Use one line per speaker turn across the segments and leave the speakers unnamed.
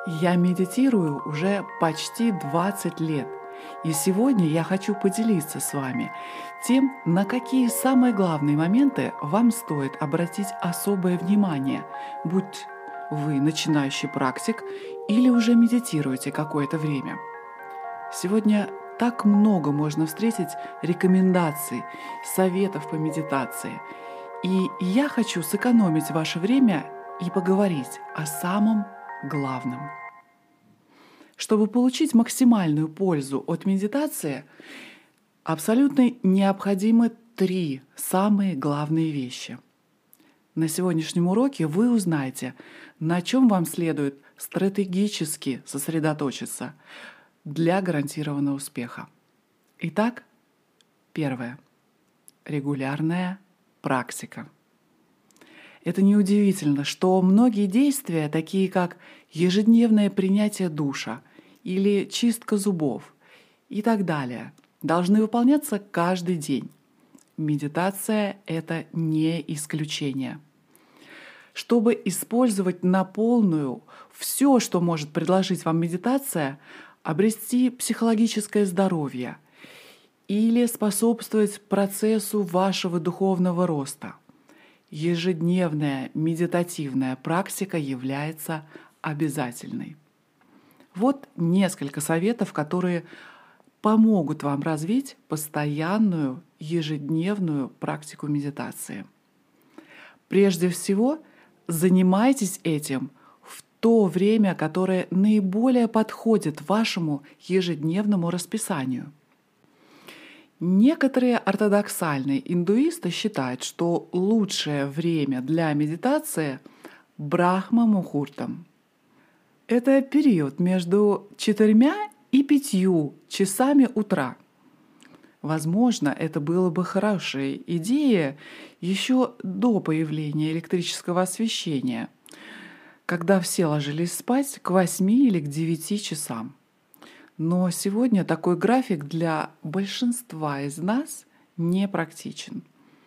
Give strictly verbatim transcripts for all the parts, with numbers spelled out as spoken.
Я медитирую уже почти двадцать лет, и сегодня я хочу поделиться с вами тем, на какие самые главные моменты вам стоит обратить особое внимание, будь вы начинающий практик или уже медитируете какое-то время. Сегодня так много можно встретить рекомендаций, советов по медитации, и я хочу сэкономить ваше время и поговорить о самом главном. Чтобы получить максимальную пользу от медитации, абсолютно необходимы три самые главные вещи. На сегодняшнем уроке вы узнаете, на чем вам следует стратегически сосредоточиться для гарантированного успеха. Итак, первое. Регулярная практика. Это неудивительно, что многие действия, такие как ежедневное принятие душа или чистка зубов и так далее, должны выполняться каждый день. Медитация — это не исключение. Чтобы использовать на полную все, что может предложить вам медитация, обрести психологическое здоровье или способствовать процессу вашего духовного роста, ежедневная медитативная практика является обязательной. Вот несколько советов, которые помогут вам развить постоянную ежедневную практику медитации. Прежде всего, занимайтесь этим в то время, которое наиболее подходит вашему ежедневному расписанию. Некоторые ортодоксальные индуисты считают, что лучшее время для медитации — Брахма-мухуртам. Это период между четырьмя и пятью часами утра. Возможно, это было бы хорошей идеей еще до появления электрического освещения, когда все ложились спать к восьми или к девяти часам. Но сегодня такой график для большинства из нас не практичен.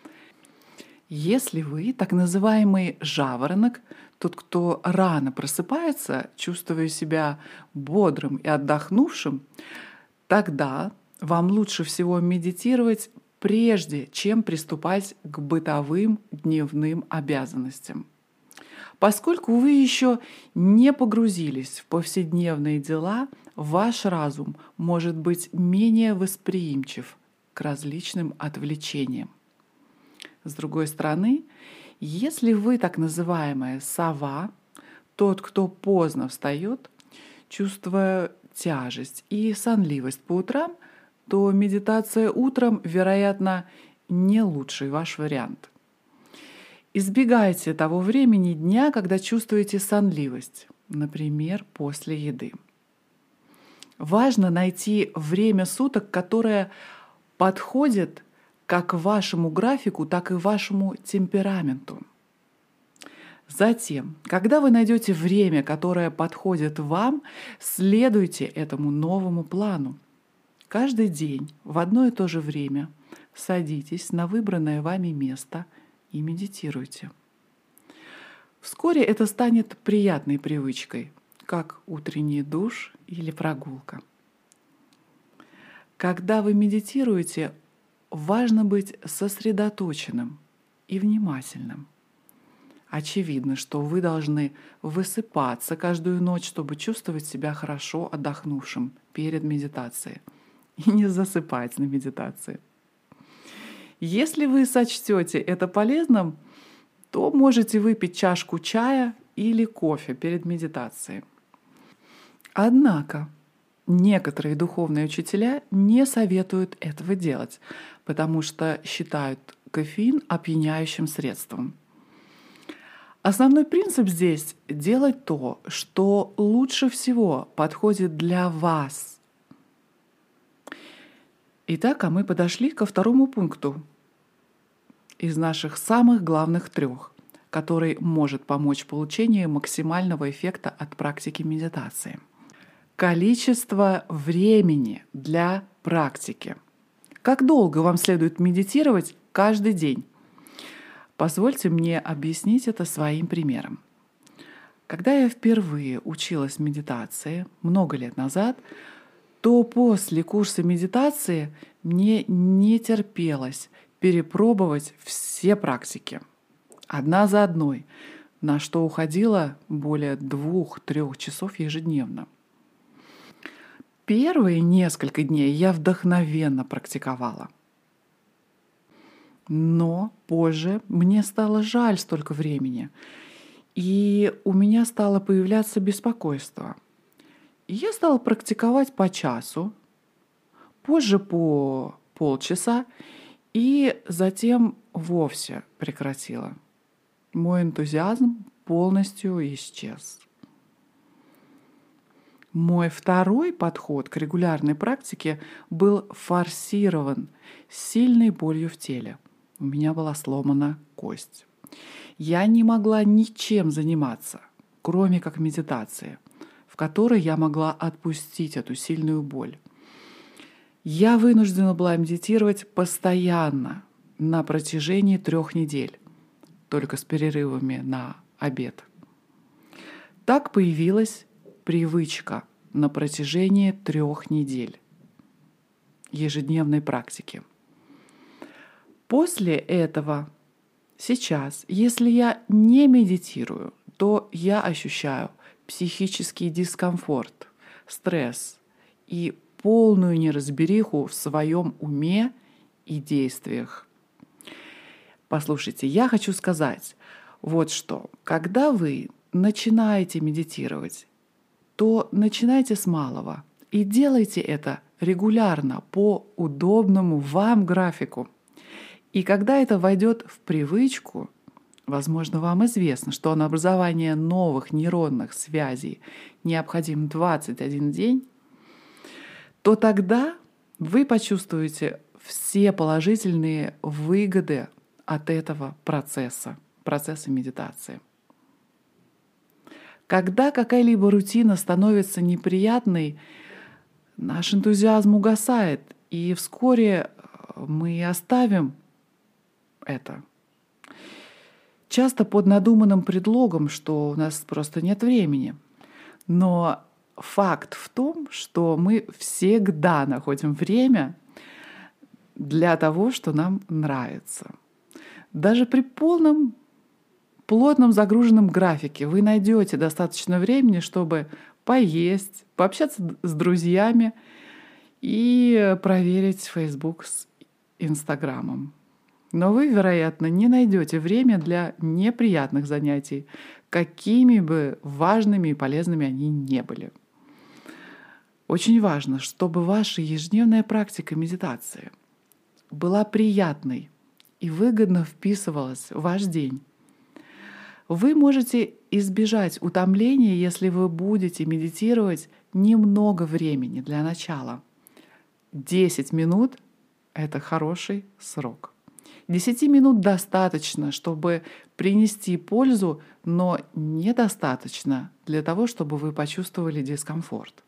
Если вы так называемый жаворонок, тот, кто рано просыпается, чувствуя себя бодрым и отдохнувшим, тогда вам лучше всего медитировать, прежде чем приступать к бытовым дневным обязанностям. Поскольку вы еще не погрузились в повседневные дела, ваш разум может быть менее восприимчив к различным отвлечениям. С другой стороны, если вы так называемая сова, тот, кто поздно встает, чувствуя тяжесть и сонливость по утрам, то медитация утром, вероятно, не лучший ваш вариант. Избегайте того времени дня, когда чувствуете сонливость, например, после еды. Важно найти время суток, которое подходит как вашему графику, так и вашему темпераменту. Затем, когда вы найдете время, которое подходит вам, следуйте этому новому плану. Каждый день в одно и то же время садитесь на выбранное вами место и медитируйте. Вскоре это станет приятной привычкой, как утренний душ или прогулка. Когда вы медитируете, важно быть сосредоточенным и внимательным. Очевидно, что вы должны высыпаться каждую ночь, чтобы чувствовать себя хорошо отдохнувшим перед медитацией и не засыпать на медитации. Если вы сочтете это полезным, то можете выпить чашку чая или кофе перед медитацией. Однако некоторые духовные учителя не советуют этого делать, потому что считают кофеин опьяняющим средством. Основной принцип здесь — делать то, что лучше всего подходит для вас. Итак, а мы подошли ко второму пункту из наших самых главных трех, который может помочь в получении максимального эффекта от практики медитации. Количество времени для практики. Как долго вам следует медитировать каждый день? Позвольте мне объяснить это своим примером. Когда я впервые училась медитации много лет назад, то после курса медитации мне не терпелось перепробовать все практики одна за одной, на что уходило более двух-трех часов ежедневно. Первые несколько дней я вдохновенно практиковала. Но позже мне стало жаль столько времени, и у меня стало появляться беспокойство. И я стала практиковать по часу, позже по полчаса, и затем вовсе прекратила. Мой энтузиазм полностью исчез. Мой второй подход к регулярной практике был форсирован сильной болью в теле. У меня была сломана кость. Я не могла ничем заниматься, кроме как медитации, в которой я могла отпустить эту сильную боль. Я вынуждена была медитировать постоянно на протяжении трех недель, только с перерывами на обед. Так появилась привычка на протяжении трех недель ежедневной практики. После этого, сейчас, если я не медитирую, то я ощущаю психический дискомфорт, стресс и полную неразбериху в своем уме и действиях. Послушайте, я хочу сказать вот что. Когда вы начинаете медитировать, то начинайте с малого и делайте это регулярно по удобному вам графику. И когда это войдет в привычку, возможно, вам известно, что на образование новых нейронных связей необходим двадцать один день, то тогда вы почувствуете все положительные выгоды от этого процесса, процесса медитации. Когда какая-либо рутина становится неприятной, наш энтузиазм угасает, и вскоре мы оставим это. Часто под надуманным предлогом, что у нас просто нет времени. Но факт в том, что мы всегда находим время для того, что нам нравится. Даже при полном, плотном загруженном графике вы найдете достаточно времени, чтобы поесть, пообщаться с друзьями и проверить Facebook с Инстаграмом. Но вы, вероятно, не найдете время для неприятных занятий, какими бы важными и полезными они ни были. Очень важно, чтобы ваша ежедневная практика медитации была приятной и выгодно вписывалась в ваш день. Вы можете избежать утомления, если вы будете медитировать немного времени для начала. десять минут — это хороший срок. десяти минут достаточно, чтобы принести пользу, но недостаточно для того, чтобы вы почувствовали дискомфорт.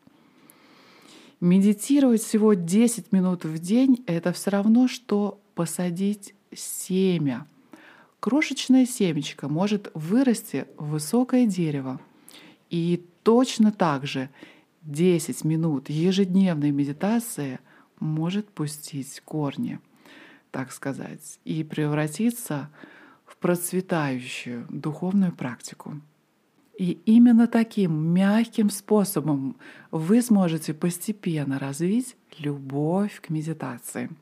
Медитировать всего десять минут в день — это все равно, что посадить семя. Крошечное семечко может вырасти в высокое дерево. И точно так же десять минут ежедневной медитации может пустить корни, так сказать, и превратиться в процветающую духовную практику. И именно таким мягким способом вы сможете постепенно развить любовь к медитации.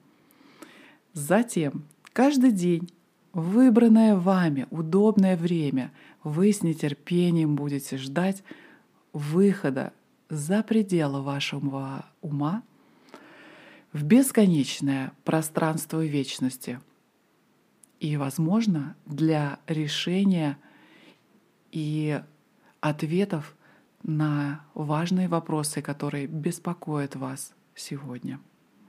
Затем каждый день в выбранное вами удобное время вы с нетерпением будете ждать выхода за пределы вашего ума в бесконечное пространство вечности и, возможно, для решения и ответов на важные вопросы, которые беспокоят вас сегодня.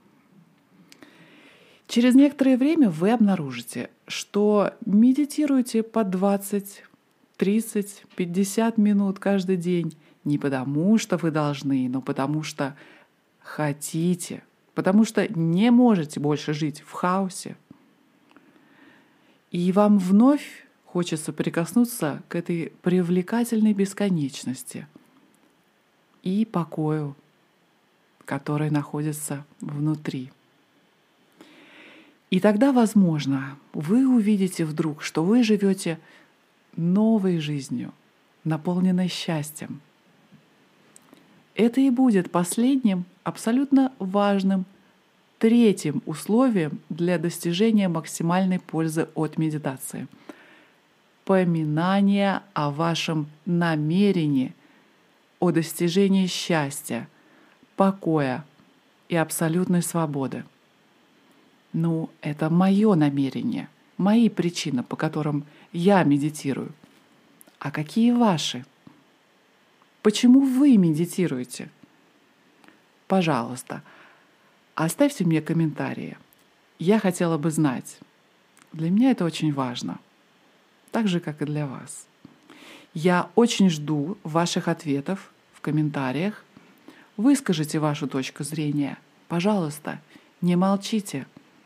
Через некоторое время вы обнаружите, что медитируете по двадцать, тридцать, пятьдесят минут каждый день не потому, что вы должны, но потому что хотите, потому что не можете больше жить в хаосе. И вам вновь хочется прикоснуться к этой привлекательной бесконечности и покою, который находится внутри. И тогда, возможно, вы увидите вдруг, что вы живете новой жизнью, наполненной счастьем. Это и будет последним, абсолютно важным, третьим условием для достижения максимальной пользы от медитации. Поминание о вашем намерении, о достижении счастья, покоя и абсолютной свободы. Ну, это мое намерение, мои причины, по которым я медитирую. А какие ваши? Почему вы медитируете? Пожалуйста, оставьте мне комментарии. Я хотела бы знать. Для меня это очень важно. Так же, как и для вас. Я очень жду ваших ответов в комментариях. Выскажите вашу точку зрения. Пожалуйста, не молчите.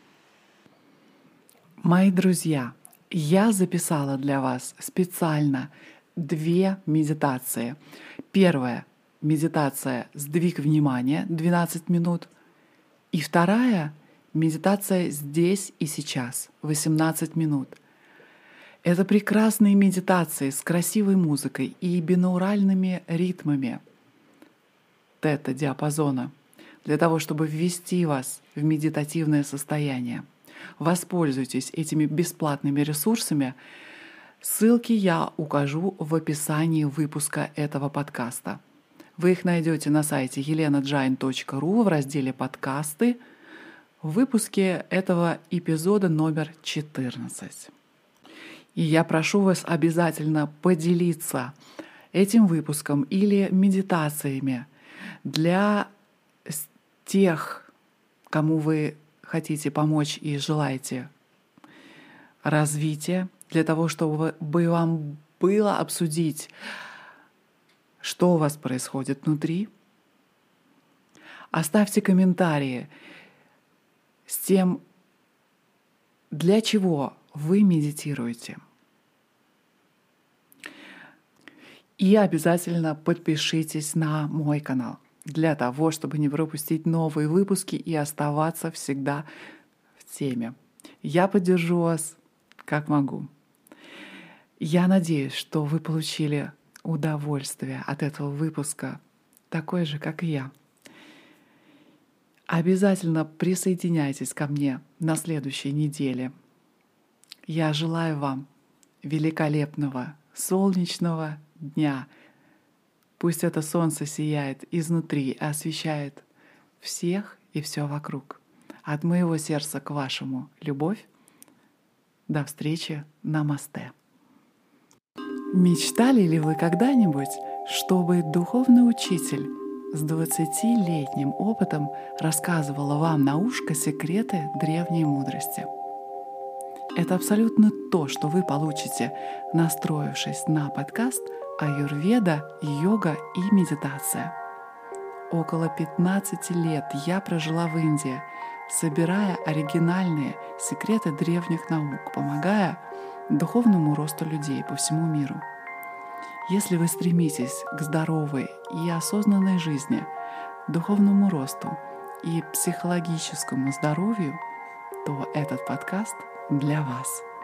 Мои друзья, я записала для вас специально две медитации. Первая — медитация «Сдвиг внимания» двенадцать минут. И вторая — медитация «Здесь и сейчас» восемнадцать минут. Это прекрасные медитации с красивой музыкой и бинауральными ритмами тета-диапазона для того, чтобы ввести вас в медитативное состояние. Воспользуйтесь этими бесплатными ресурсами. Ссылки я укажу в описании выпуска этого подкаста. Вы их найдете на сайте елена джайн точка ру в разделе «Подкасты» в выпуске этого эпизода номер четырнадцать. И я прошу вас обязательно поделиться этим выпуском или медитациями для тех, кому вы хотите помочь и желаете развития, для того, чтобы вам было обсудить, что у вас происходит внутри. Оставьте комментарии с тем, для чего вы медитируете. И обязательно подпишитесь на мой канал для того, чтобы не пропустить новые выпуски и оставаться всегда в теме. Я поддержу вас как могу. Я надеюсь, что вы получили удовольствие от этого выпуска, такое же, как и я. Обязательно присоединяйтесь ко мне на следующей неделе. Я желаю вам великолепного солнечного дня. Пусть это солнце сияет изнутри и освещает всех и все вокруг. От моего сердца к вашему любовь. До встречи. Намасте. Мечтали ли вы когда-нибудь, чтобы духовный учитель с двадцатилетним опытом рассказывала вам на ушко секреты древней мудрости? Это абсолютно то, что вы получите, настроившись на подкаст «Аюрведа, йога и медитация». Около пятнадцати лет я прожила в Индии, собирая оригинальные секреты древних наук, помогая духовному росту людей по всему миру. Если вы стремитесь к здоровой и осознанной жизни, духовному росту и психологическому здоровью, то этот подкаст для вас.